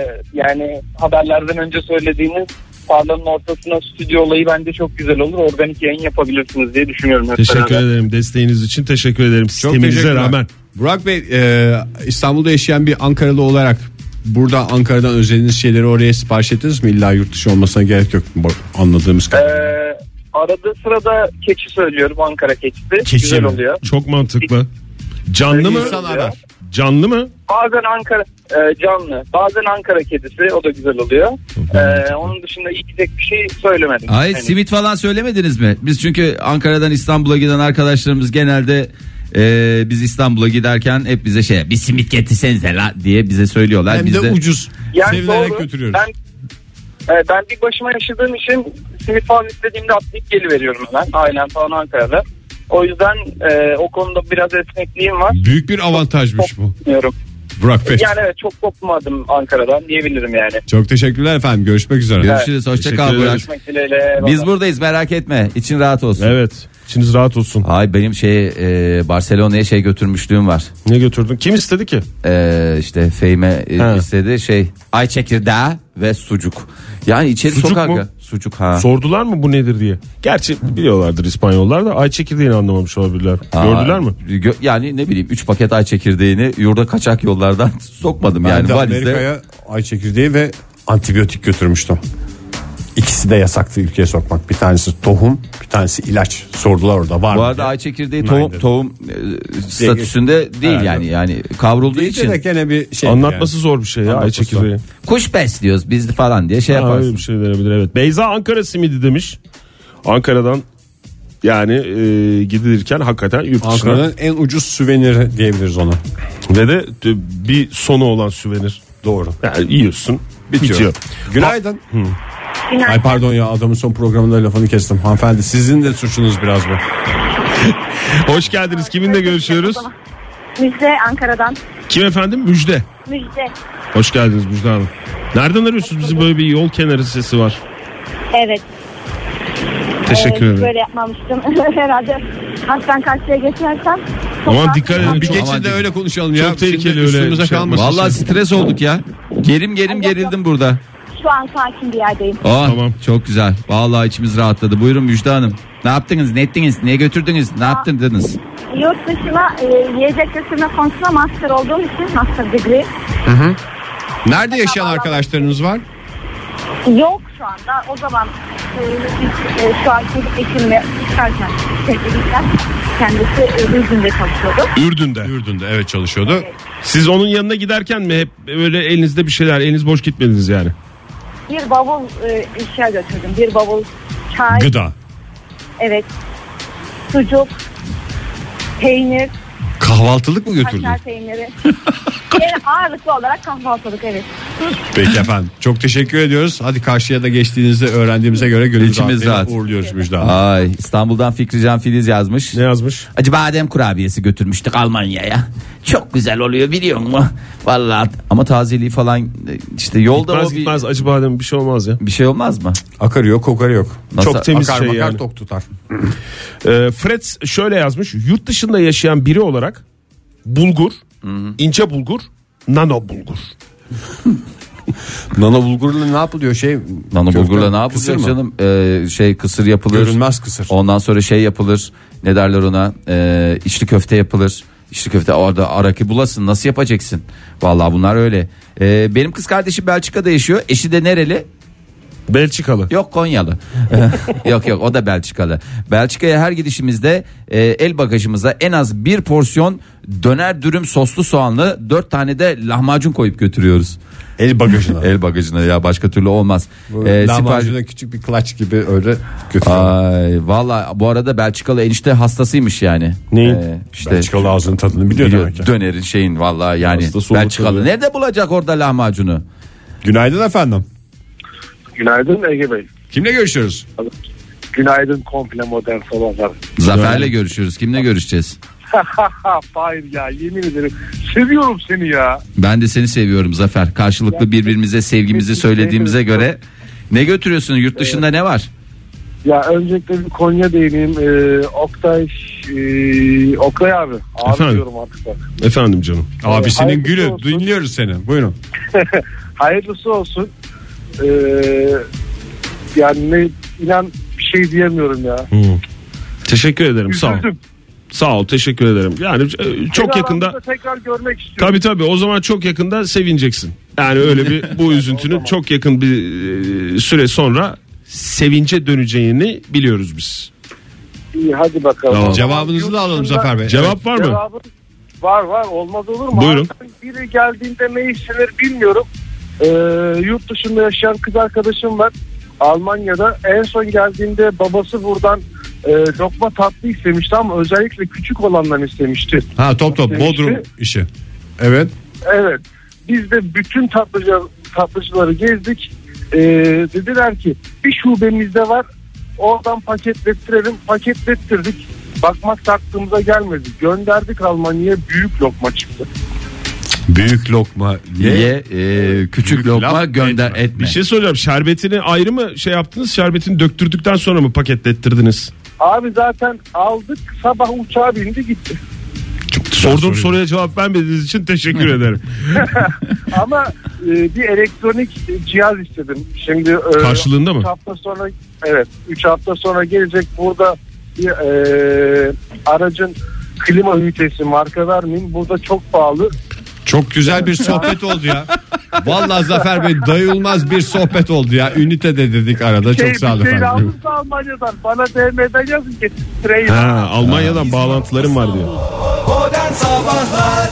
yani haberlerden önce söylediğiniz tarlanın ortasına stüdyo olayı bence çok güzel olur. Organik yayın yapabilirsiniz diye düşünüyorum. Teşekkür ederim desteğiniz için, teşekkür ederim sisteminize teşekkürler. rağmen. Burak Bey, e, İstanbul'da yaşayan bir Ankaralı olarak burada Ankara'dan özlediğiniz şeyleri oraya sipariş ettiniz mi? İlla yurt dışı olmasına gerek yok anladığımız kadarıyla. Ee, arada sırada keçi söylüyorum, Ankara keçisi. Keçi güzel mi? oluyor. Çok mantıklı. Canlı mı? İnsan arar. Canlı mı? Bazen Ankara e, canlı, bazen Ankara kedisi, o da güzel oluyor. Ee, onun dışında ilk tek bir şey söylemedim. Ay Yani, simit falan söylemediniz mi? Biz çünkü Ankara'dan İstanbul'a giden arkadaşlarımız genelde e, biz İstanbul'a giderken hep bize şey bir simit getirsenize la diye bize söylüyorlar. Hem Biz de de ucuz. yani Sevinerek doğru. götürüyoruz. Ben e, ben bir başıma yaşadığım için simit falan istediğimde atlayıp geliveriyorum hemen. Ailem falan Ankara'da. O yüzden e, o konuda biraz esnekliğim var. Büyük bir avantajmış bu. Kopmuyorum. Burak Bey. Yani evet, çok kopmadım Ankara'dan diyebilirim yani. Çok teşekkürler efendim. Görüşmek üzere. görüşürüz. Hoşça Teşekkür kal Burak. ederiz. Görüşmek dileğiyle. Biz buradayız, merak etme. İçin rahat olsun. Evet. İçiniz rahat olsun. Ay benim şey e, Barcelona'ya şey götürmüşlüğüm var. Ne götürdün? Kim istedi ki? E, işte Fehime e, Ha. istedi şey ay çekirdeği ve sucuk. Yani içeri Sucuk sokak. mu? Sucuk ha. Sordular mı bu nedir diye. Gerçi biliyorlardır İspanyollar da ay çekirdeğini anlamamış olabilirler. Aa, Gördüler mi? gö- yani ne bileyim üç paket ay çekirdeğini yurda kaçak yollardan sokmadım Ben yani de valizde. Amerika'ya ay çekirdeği ve antibiyotik götürmüştüm. İkisi de yasaktı ülkeye sokmak. Bir tanesi tohum, bir tanesi ilaç. Sordular orada var Bu mı arada diye. ay çekirdeği Nein tohum, dedi. tohum e, statüsünde değil Evet. yani yani kavrulduğu Değilse için de gene bir şey. Anlatması yani. zor bir şey ya ay Anlatması çekirdeği. kuş besliyoruz biz falan diye şey Ha, öyle yaparsın. bir şey denebilir evet. Beyza Ankara simidi demiş. Ankara'dan yani e, gidilirken hakikaten yurt dışına. Ankara'nın en ucuz süveniri diyebiliriz ona. Ve de e, bir sonu olan süvenir. Doğru. Yani yiyorsun bitiyor. Bitiyor. Günaydın. Günaydın. Ay pardon ya, adamın son programında lafını kestim. Hanımefendi, sizin de suçunuz biraz bu. Hoş geldiniz. Kiminle görüşüyoruz? Müjde Ankara'dan. Kim efendim? Müjde. Müjde. Hoş geldiniz Müjde Hanım. Nereden arıyorsunuz? Bizim böyle bir yol kenarı sesi var. Evet. Teşekkür Ee, ederim. Böyle yapmamıştım. Herhalde karşıdan karşıya geçersem. Aman dikkat edin. Bir Çok, geçin de öyle konuşalım ya. Çok tehlikeli Şimdi öyle üstümüze şey kalmasın. Vallahi şimdi. stres olduk ya. Gerim gerim gerildim burada. Şu an sakin bir yerdeyim. Oh, Tamam. Çok güzel. Vallahi içimiz rahatladı. Buyurun Müjde Hanım. Ne yaptınız? Ne ettiniz? Ne götürdünüz? Ne yaptınız? Yurt dışına e, yiyecek götürme konusunda master olduğum için master degree. Nerede yaşayan arkadaşlarınız var? Yok şu anda. O zaman e, biz, e, şu an çocuk eşimle çıkarken sevgilikler kendisi e, Ürdün'de çalışıyordu. Ürdün'de. Ürdün'de evet çalışıyordu. Evet. Siz onun yanına giderken mi hep böyle elinizde bir şeyler, eliniz boş gitmediniz yani? Bir bavul e, eşya götürdüm. Bir bavul çay. Gıda. Evet. Sucuk. Peynir. Kahvaltılık mı götürdün? Kaşar peyniri. Yani ağırlıklı olarak kahvaltılık, evet. Peki efendim. Çok teşekkür ediyoruz. Hadi karşıya da geçtiğinizde öğrendiğimize göre gönül İçimiz rahatlığıyla rahat. uğurluyoruz Müjde Hanım. Ay, İstanbul'dan Fikrican Filiz yazmış. Ne yazmış? Acı badem kurabiyesi götürmüştük Almanya'ya. Çok güzel oluyor biliyor musun? Vallahi ama tazeliği falan işte yolda Gitmez o bir, gitmez acı badem bir şey olmaz ya. bir şey olmaz mı? Akarı yok, kokarı yok. Nasıl? Çok temiz Akar şey bakar yani. tok tutar. Ee, Fred şöyle yazmış. Yurt dışında yaşayan biri olarak bulgur, ince bulgur, nano bulgur. Nano bulgurla ne yapılıyor şey? Nano köfte, bulgurla ne kısır yapılacak mı? canım? Ee, şey kısır yapılır. Görünmez kısır. Ondan sonra şey yapılır. Ne derler ona? Ee, içli köfte yapılır. İçli köfte orada araki bulasın. Nasıl yapacaksın? Vallahi bunlar öyle. Ee, benim kız kardeşim Belçika'da yaşıyor. Eşi de nereli? Belçikalı. Yok Konyalı. yok yok o da Belçikalı. Belçika'ya her gidişimizde e, el bagajımıza en az bir porsiyon döner dürüm soslu soğanlı, dört tane de lahmacun koyup götürüyoruz. El bagajına. El bagajına ya, başka türlü olmaz. Ee, Lahmacuna küçük bir klaç gibi öyle götürüyorlar. Ay valla bu arada Belçikalı enişte hastasıymış yani. Neyin? Ee, işte Belçikalı ağzının tadını biliyor, biliyor, demek ki. dönerin şeyin valla yani Hastası olur Belçikalı tabii. nerede bulacak orada lahmacunu? Günaydın efendim. Günaydın Ege Bey. Kimle görüşüyoruz? Günaydın komple modern sabahlar. Zafer'le görüşüyoruz. Kimle görüşeceğiz? Hayır ya, yemin ederim seviyorum seni ya. Ben de seni seviyorum Zafer. Karşılıklı birbirimize sevgimizi söylediğimize göre ne götürüyorsun? Yurt dışında ne var? Ya öncelikle bir Konya değineyim. Ee, Oktay e, Oktay abi. Abi Efendim? diyorum artık bak. Efendim canım. Abisinin hayırlısı gülü. olsun. Dinliyoruz seni. Buyurun. Hayırlısı olsun. Ee, yani ne, inan bir şey diyemiyorum ya. Teşekkür ederim. Sağ ol. Üzüldüm. Sağ ol. Teşekkür ederim. Yani e, çok Seni yakında. aramızda tekrar görmek istiyorum. Tabii tabii. O zaman çok yakında sevineceksin. Yani öyle bir bu üzüntünün çok yakın bir e, süre sonra sevince döneceğini biliyoruz biz. İyi, hadi bakalım. Tamam. Cevabınızı da alalım Zafer Bey. Cevap var mı? Cevabı var var, olmaz olur mu? Buyurun. Abi, biri geldiğinde ne istenir bilmiyorum. Ee, yurt dışında yaşayan kız arkadaşım var Almanya'da. En son geldiğinde babası buradan e, lokma tatlı istemişti ama özellikle küçük olandan istemişti. Ha top top İstemişti. Bodrum işi. Evet. Evet. Biz de bütün tatlıcı, tatlıcıları gezdik. Ee, dediler ki bir şubemizde var. Oradan paketlettirelim. Paketlettirdik. Bakmak taktığımıza gelmedi. Gönderdik Almanya'ya, büyük lokma çıktı. Büyük lokma ye. Ye, e, küçük Büyük lokma laf gönder etme. etme. Bir şey soracağım. Şerbetini ayrı mı şey yaptınız? Şerbetini döktürdükten sonra mı paketlettirdiniz? Abi zaten aldık, sabah uçağa bindi gitti. Sorduğum soruydu. soruya cevap vermediğiniz için teşekkür ederim. Ama e, bir elektronik cihaz istedim. Şimdi e, Karşılığında mı? üç hafta sonra, evet, üç hafta sonra gelecek. Burada bir e, aracın klima ünitesi, marka vermeyeyim. Burada çok pahalı. Çok güzel bir sohbet oldu ya. Vallahi Zafer Bey dayılmaz bir sohbet oldu ya. Ünite de dedik arada. Şey, Çok sağ olun bir şey efendim. aldım da Almanya'dan. Bana D M'den yazın getireyim. Ha, Almanya'dan bağlantılarım var diyor. Modern Sabahlar.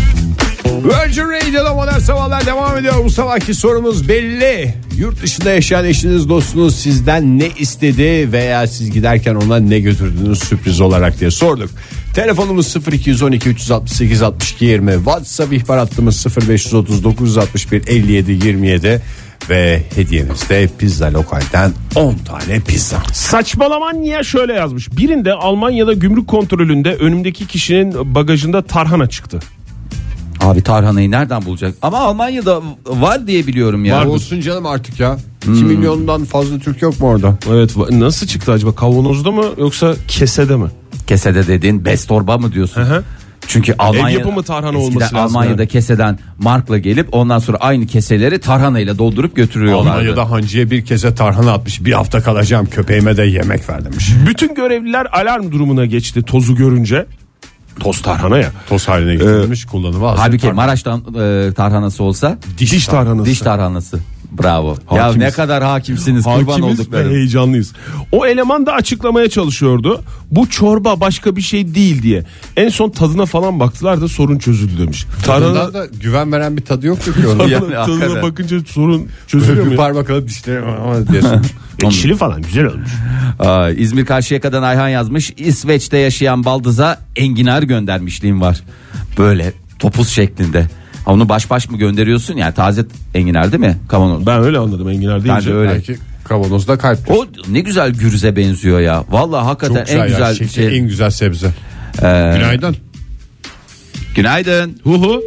Virgin Radio'da Modern Sabahlar devam ediyor. Bu sabahki sorumuz belli. Yurt dışında yaşayan eşiniz, dostunuz sizden ne istedi veya siz giderken ona ne götürdünüz sürpriz olarak diye sorduk. Telefonumuz sıfır iki on iki üç altı sekiz altmış iki yirmi, WhatsApp ihbar hattımız sıfır beş otuz dokuz altmış bir elli yedi yirmi yedi ve hediyemizde Pizza Lokal'den on tane pizza. Saçmalaman niye şöyle yazmış. Birinde Almanya'da gümrük kontrolünde önümdeki kişinin bagajında tarhana çıktı. Abi tarhanayı nereden bulacak? Ama Almanya'da var diye biliyorum ya. Var olsun canım artık ya. iki milyondan fazla Türk yok mu orada? Evet, nasıl çıktı acaba? Kavanozda mı yoksa kesede mi? Kesede dediğin bez torba mı diyorsun? Hı hı. Çünkü Almanya yapımı tarhana olması eskiden lazım Almanya'da yani. keseden markla gelip ondan sonra aynı keseleri tarhanayla doldurup götürüyorlardı. Almanya'da hancıya bir kese tarhana atmış. Bir hafta kalacağım, köpeğime de yemek ver demiş. Bütün görevliler alarm durumuna geçti tozu görünce. Toz tarhana ya. Toz haline getirilmiş, kullanımı hazır. Halbuki tarhana. Maraş'tan e, tarhanası olsa Diş, tarhanası. diş tarhanası. Bravo. Hakimiz. Ya ne kadar hakimsiniz, kurban Hakimiz ve olduklarım. heyecanlıyız. O eleman da açıklamaya çalışıyordu. Bu çorba başka bir şey değil diye. En son tadına falan baktılar da sorun çözüldü demiş. Tadından da güven veren bir tadı yoktu ki onun. Ya, Tadına, hakikaten. tadına bakınca sorun çözülüyor Bir mu? parmak alıp işte ama diyorsun. Ekşili falan güzel olmuş. Aa, İzmir Karşıyaka'dan Ayhan yazmış. İsveç'te yaşayan baldıza enginar göndermişliğim var. Böyle topuz şeklinde. Ha, onu baş baş mı gönderiyorsun? Yani taze enginar değil mi? Kavanoz. Ben öyle anladım enginar deyince. Ben de öyle. Belki kavanozda kalptir. O ne güzel gürüze benziyor ya. Vallahi hakikaten Çok güzel, en güzel ya. şey. En güzel sebze. Ee, Günaydın. Günaydın. Hu hu.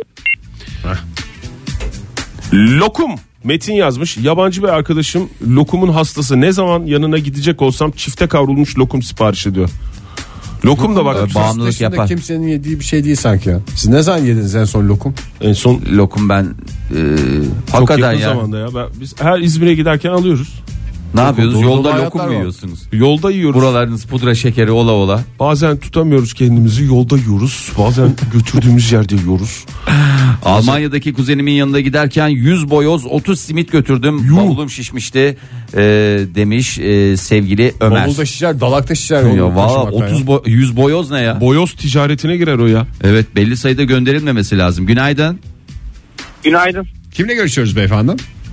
Lokum. Metin yazmış. Yabancı bir arkadaşım lokumun hastası. Ne zaman yanına gidecek olsam çifte kavrulmuş lokum sipariş ediyor. Lokum da bak. Ee, bağımlılık Dışında yapar. kimsenin yediği bir şey değil sanki ya. Siz ne zaman yediniz en son lokum? En son Lokum ben e, çok hakikaten yakın ya. zamanda ya. Ben, biz her İzmir'e giderken alıyoruz. Ne yapıyorsunuz? dolu Yolda dolu lokum hayatlar mu var. yiyorsunuz? Yolda yiyoruz. Buralarınız pudra şekeri ola ola. Bazen tutamıyoruz kendimizi, yolda yiyoruz. Bazen götürdüğümüz yerde yiyoruz. Almanya'daki kuzenimin yanına giderken yüz boyoz otuz simit götürdüm. Yuh. Bavulum şişmişti e, demiş e, sevgili Ömer. Bavulda şişer, dalakta şişer. Ya onu valla taşımaktan otuz ya. bo- yüz boyoz ne ya? Boyoz ticaretine girer o ya. Evet, belli sayıda gönderilmemesi lazım. Günaydın. Günaydın. Kimle görüşüyoruz beyefendi?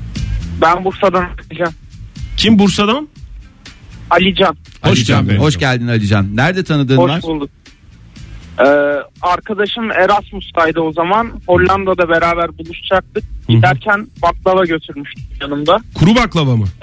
Ben Bursa'dan Alican. Kim Bursa'dan? Alican. Alican Bey. Hoş geldin Alican. Nerede tanıdığın Hoş var? bulduk. Ee, arkadaşım Erasmus'taydı o zaman. Hollanda'da beraber buluşacaktık. Giderken baklava götürmüştüm yanımda. Kuru baklava mı?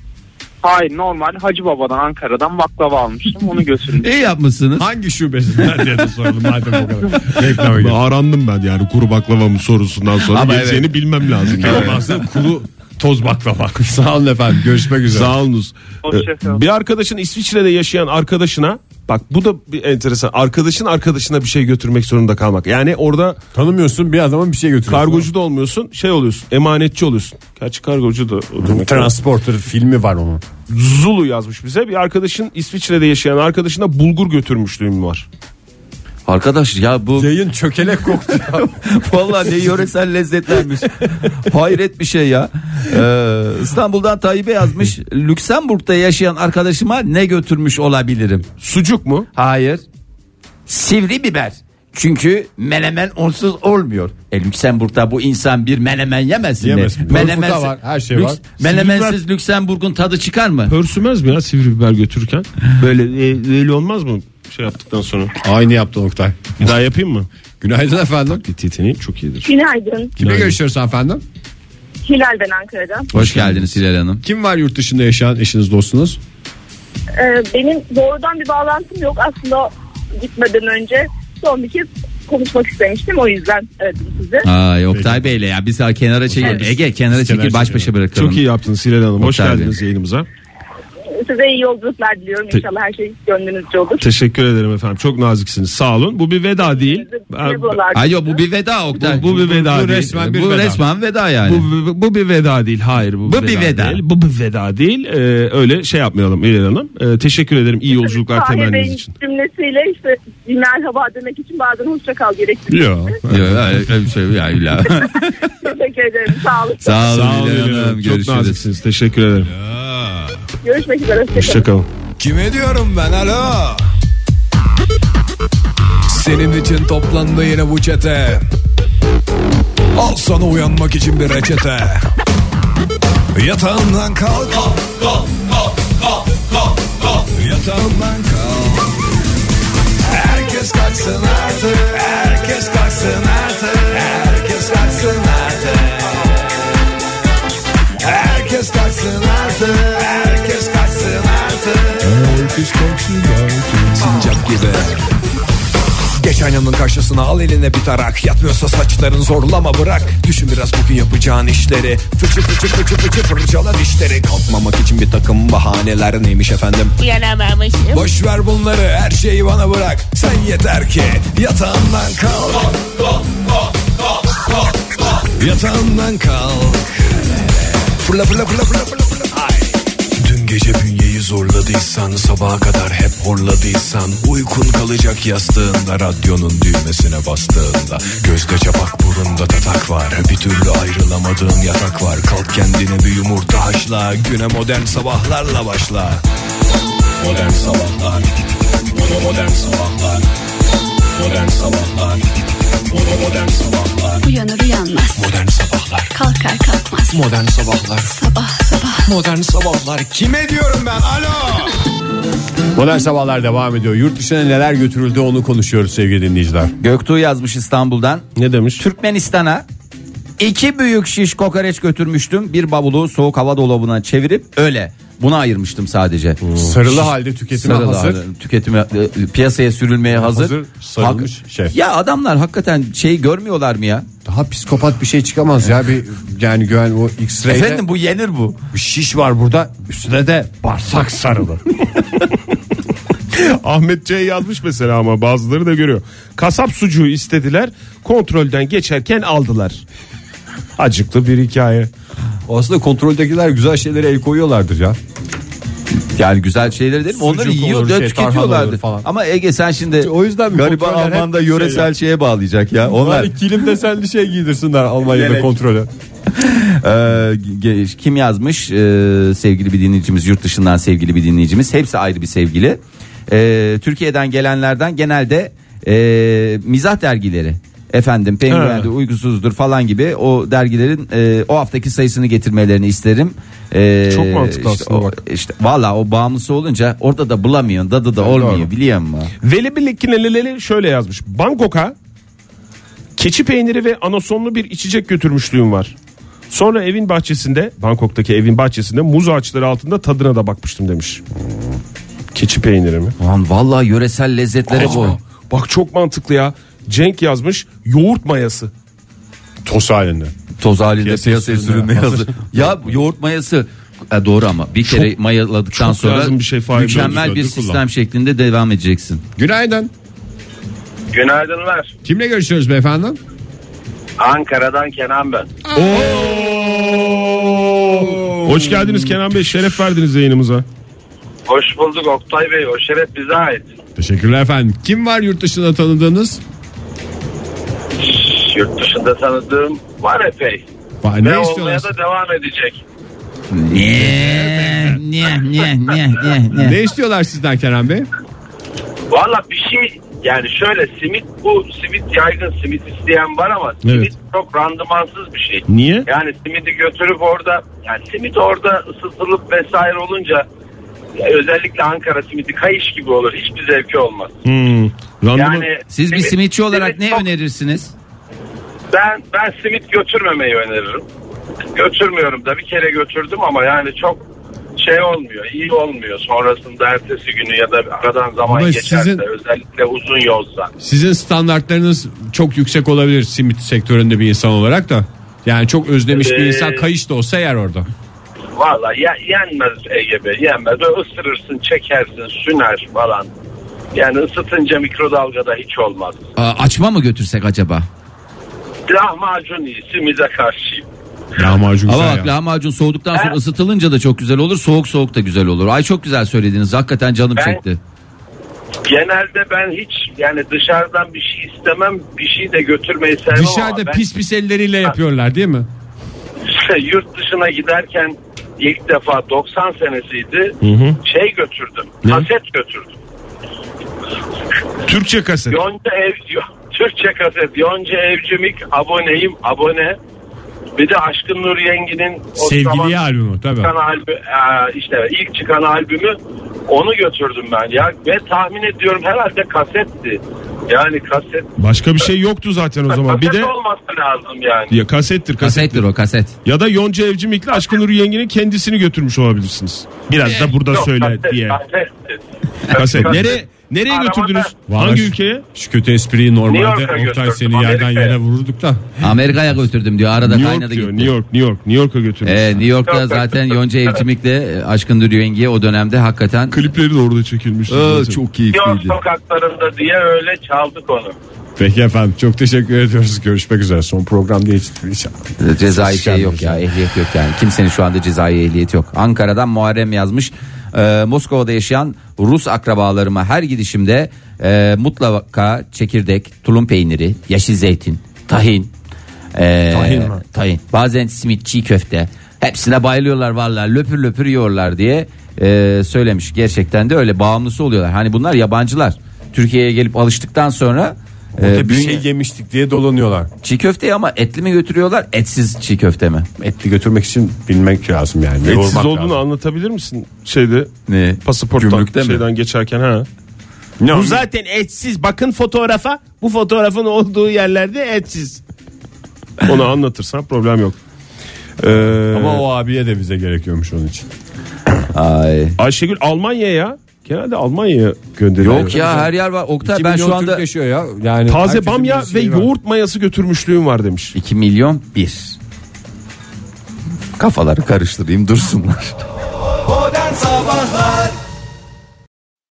Hayır, normal Hacı Baba'dan, Ankara'dan baklava almıştım. Onu götürmüştüm. İyi yapmışsınız. Hangi şubesinden diye de sordum madem o kadar. Reklama Ben girdim. arandım ben yani kuru baklava mı sorusundan sonra Ama geleceğini evet. bilmem lazım. Olmazsa kuru toz baklava. Sağ olun efendim. Görüşmek üzere. Sağ olunuz. Hoşça Ee, kalın. Bir arkadaşın İsviçre'de yaşayan arkadaşına, bak bu da bir enteresan, arkadaşın arkadaşına bir şey götürmek zorunda kalmak. Yani orada Tanımıyorsun bir adama bir şey götürüyorsun. kargocu da olmuyorsun, şey oluyorsun, emanetçi oluyorsun. Gerçi kargocu da o demek. Transporter filmi var onun. Zulu yazmış bize. Bir arkadaşın İsviçre'de yaşayan arkadaşına bulgur götürmüşlüğüm var. Arkadaş ya bu Yayın çökelek koktu ya. vallahi ne yöresel lezzetlermiş. Hayret bir şey ya. Ee, İstanbul'dan Tayyip'e yazmış. Lüksemburg'da yaşayan arkadaşıma ne götürmüş olabilirim? Sucuk mu? Hayır. Sivri biber. Çünkü menemen onsuz olmuyor. E Lüksemburg'da bu insan bir menemen yemesin mi? Yemesin. Pörfuta var, her şey var. Menemensiz Lüksemburg'un tadı çıkar mı? Pörsümez mi ya sivri biber götürürken? Böyle e, öyle olmaz mı şey yaptıktan sonra? Aynı yaptı Oktay. Bir daha yapayım mı? Günaydın efendim. Taklit yeteneği çok iyidir. Günaydın. Kimle görüşüyoruz efendim? Hilal ben Ankara'dan. Hoş geldiniz Hilal Hanım. Kim var yurt dışında yaşayan eşiniz dostunuz? Ee, benim doğrudan bir bağlantım yok. Aslında gitmeden önce son bir kez konuşmak istemiştim. O yüzden aradım sizi. Ay Oktay Bey'le ya biz ha kenara çekil. Evet. Ege kenara çekil kenara baş çekelim. başa bırakalım. Çok iyi yaptınız Hilal Hanım. Hoş Oktay Bey. geldiniz yayınımıza. Size iyi yolculuklar diliyorum. İnşallah her şey gönlünüzce olur. Teşekkür ederim efendim. Çok naziksiniz. Sağ olun. Bu bir veda değil. Ben- Ay yok bu bir veda Oktay. Bu- bu bir veda bu değil. resmen Bir bu veda. resmen veda yani. Bu, bu, bu bir veda değil. Hayır bu, Bu bir veda. değil. Bu bir veda değil. Ee, öyle şey yapmayalım Hilal Hanım. Ee, teşekkür ederim iyi yolculuklar Fahri temenniniz Bey'in için. cümlesiyle işte bir merhaba demek için bazen hoşça kal gerektiriyor. Yok. Yok öyle öyle bir şey ya illa. Teşekkür ederim. Sağ olun. Sağ olun Sağ olun Hilal Hilal Hanım. Hanım. Çok Görüşürüz. naziksiniz. Teşekkür ederim. Görüşmek üzere. Hoşça kalın. Hoşçakalın. Kime diyorum ben alo? Senin için toplandı yine bu çete. Al sana uyanmak için bir reçete. Yatağından kalk. Yatağından kalk. Herkes kalksın artık. Herkes kalksın artık. Herkes kalksın artık. Herkes kalksın artık. Herkes kalksın artık. Herkes kalksın artık. Sincap gibi. Geç aynanın karşısına al eline bir tarak. Yatmıyorsa saçların zorlama bırak. Düşün biraz bugün yapacağın işleri. Fıçı fıçı fıçı fıçı fırçala dişleri. Kalkmamak için bir takım bahaneler neymiş efendim? Uyanamamışım. Boş ver bunları, her şeyi bana bırak. Sen yeter ki yatağından kalk. Yatağından kalk. Fırla fırla fırla fırla fırla fırla. Ay. Dün gece bünyeyi zorladıysan, sabaha kadar hep horladıysan, uykun kalacak yastığında, radyonun düğmesine bastığında, gözde çapak burun Buzdolabında tatak var, bir türlü ayrılamadığın yatak var. Kalk kendine bir yumurta haşla, güne modern sabahlarla başla. Modern Sabahlar, Modern Sabahlar, Modern Sabahlar, Modern Sabahlar, uyanır uyanmaz Modern Sabahlar, kalkar kalkmaz Modern Sabahlar, sabah sabah Modern Sabahlar. Kime diyorum ben? Alo. Modern Sabahlar devam ediyor. Yurt dışına neler götürüldü onu konuşuyoruz sevgili dinleyiciler. Göktuğ yazmış İstanbul'dan. Ne demiş? Türkmenistan'a iki büyük şiş kokoreç götürmüştüm. Bir bavulu soğuk hava dolabına çevirip öyle buna ayırmıştım sadece. Hmm. Sarılı halde tüketime Sarılı hazır. halde, tüketime e, piyasaya sürülmeye hazır. Hazır, sarılmış Hak- şey. Ya adamlar hakikaten şeyi görmüyorlar mı ya? Daha psikopat bir şey çıkamaz ya, bir yani güven o X-ray'de. Efendim bu yenir bu. Bir şiş var burada, üstüne de bağırsak sarılı. Ahmet C yazmış mesela, ama bazıları da görüyor. Kasap sucuğu istediler, kontrolden geçerken aldılar. Acıklı bir hikaye. Aslında kontroldekiler güzel şeylere el koyuyorlardır ya. Yani güzel şeyleri değil mi? Onları Sucuk yiyor olur, da şey, tarhana tüketiyorlardı. olur falan. Ama Ege sen şimdi O yüzden mi gariban kontroller hep Alman'da şey yöresel ya. şeye bağlayacak ya. Onlar Onlar kilim desenli şey giydirsinler Almanya'da Yelek. kontrole. Ee, ge- kim yazmış? Ee, sevgili bir dinleyicimiz, yurt dışından sevgili bir dinleyicimiz. Hepsi ayrı bir sevgili. Ee, Türkiye'den gelenlerden genelde e, mizah dergileri. Efendim Penguen'de Ha. Uykusuzdur falan gibi o dergilerin e, o haftaki sayısını getirmelerini isterim. Ee, Çok mantıklı işte aslında o- bak. İşte valla o bağımlısı olunca orada da bulamıyorsun, dadı da olmuyor, doğru. biliyor musun? Veli Birlikkinelileri şöyle yazmış. Bangkok'a keçi peyniri ve anasonlu bir içecek götürmüşlüğüm var. Sonra evin bahçesinde, Bangkok'taki evin bahçesinde muz ağaçları altında tadına da bakmıştım demiş. Keçi peyniri mi? Lan valla yöresel lezzetlere Aa, boy. bak çok mantıklı ya. Cenk yazmış, yoğurt mayası. Toz halinde. Toz halinde Piyasaya piyasaya sürülmeye sürülmeye hazır. hazır. Ya yoğurt mayası e, doğru ama bir kere mayaladıktan çok sonra lazım bir şey, Fahir. mükemmel Döndü, bir döndü, sistem kullan. şeklinde devam edeceksin. Günaydın. Günaydınlar. Kimle görüşüyoruz beyefendi? Ankara'dan Kenan ben. Hoş geldiniz Kenan Bey, şeref verdiniz yayınımıza. Hoş bulduk Oktay Bey. O şeref bize ait. Teşekkürler efendim. Kim var yurt dışında tanıdığınız? Yurt dışında tanıdığım var epey. Var, Ve ne olmaya istiyorlar? da devam edecek. Ne ne ne ne ne ne. Ne istiyorlar sizden Kenan Bey? Valla bir şey yani şöyle simit bu simit yaygın simit isteyen var ama simit Evet. çok randımansız bir şey. Niye? Yani simidi götürüp orada yani simit orada ısıtılıp vesaire olunca ya özellikle Ankara simidi kayış gibi olur. Hiçbir zevki olmaz. Hmm. Randıman- Yani Siz bir simit- simitçi olarak simit ne çok- önerirsiniz? Ben ben simit götürmemeyi öneririm. Götürmüyorum da bir kere götürdüm ama yani çok şey olmuyor, iyi olmuyor. Sonrasında ertesi günü ya da aradan zaman Ama geçerse sizin- özellikle uzun yolsa. Sizin standartlarınız çok yüksek olabilir simit sektöründe bir insan olarak da. Yani çok özlemiş bir Ee, insan kayış da olsa yer orada. Valla ya, yenmez Ege Bey, yenmez. Böyle ısırırsın, çekersin, süner falan. Yani ısıtınca mikrodalgada hiç olmaz. Aa, açma mı götürsek acaba? Lahmacun iyi, simide karşıyım. Lahmacun Ama güzel bak ya. lahmacun soğuduktan sonra Ha? ısıtılınca da çok güzel olur. Soğuk soğuk da güzel olur. Ay çok güzel söylediniz. Hakikaten canım Ben- çekti. Genelde ben hiç yani dışarıdan bir şey istemem, bir şey de götürmeyi sevmem ama Dışarıda ben pis pis elleriyle yapıyorlar değil mi? yurt dışına giderken ilk defa doksan senesiydi. Şey götürdüm, kaset götürdüm. Türkçe kaset. Yonca Ev, Türkçe kaset, Yonca Evcimik aboneyim, abone. Bir de Aşkın Nur Yengi'nin o zaman Sevgili albümü tabii. çıkan albü, e, işte ilk çıkan albümü onu götürdüm ben ya ve tahmin ediyorum herhalde kasetti. Yani kaset. Başka bir şey yoktu zaten o zaman. Bir Kaset de olması lazım yani. ya kasettir, kasettir. Kasettir o kaset. Ya da Yonca Evcimik'le Aşkın Nuri Yengi'nin kendisini götürmüş olabilirsiniz. Biraz da burada Yok, söyle kaset, diye. kasetti. Kaset. Kaset. Nereye nereye Arabada- götürdünüz? Vallahi Hangi şu- ülkeye? Şu kötü espriyi New normalde York'a Oktay götürdüm, seni yerden Amerika'ya. yere vururduk da. Amerika'ya götürdüm diyor. Arada New York kaynadı diyor. gitti. New York, New York, New York'a götürmüş. Ee, New York'ta Yok, zaten yok. Yonca Evcimik'le e, Aşkın Nur Yengi'ye o dönemde hakikaten Klipleri de orada çekilmiş. Aa, çok New York keyifliydi. sokaklarında diye öyle çaldık onu. Peki efendim çok teşekkür ediyoruz. Görüşmek üzere. Son program değil inşallah. Cezai şey yok ya, ehliyet yok yani. Kimsenin şu anda cezai ehliyeti yok. Ankara'dan Muharrem yazmış. Ee, Moskova'da yaşayan Rus akrabalarıma her gidişimde e, mutlaka çekirdek, tulum peyniri, yeşil zeytin, tahin, Ee, Tahin mi? Tahin. Bazen simit, çiğ köfte. Hepsine bayılıyorlar vallahi, löpür löpür yiyorlar diye e, söylemiş. Gerçekten de öyle, bağımlısı oluyorlar. Hani bunlar yabancılar. Türkiye'ye gelip alıştıktan sonra Orada e, bir bünye- şey yemiştik diye dolanıyorlar. çiğ köfteyi ama etli mi götürüyorlar, etsiz çiğ köfte mi? Etli götürmek için bilmek lazım yani. Etsiz Yoğurmak olduğunu lazım. anlatabilir misin? Şeyde Ne? pasaporttan Gümrükte mi? şeyden geçerken ha. Ne Bu o? zaten etsiz. Bakın fotoğrafa. Bu fotoğrafın olduğu yerlerde etsiz. Onu anlatırsan problem yok. Ee, Ama o abiye de vize gerekiyormuş onun için. Ay. Ayşegül Almanya'ya. Genelde Almanya'ya gönderiyor. Yok ya, her yer var. Oktay, iki ben milyon şu anda Türk yaşıyor ya. Yani Taze herkesin bamya bir ve şeyi var. yoğurt mayası götürmüşlüğüm var demiş. iki milyon bir. Kafaları karıştırayım dursunlar. Modern Sabahlar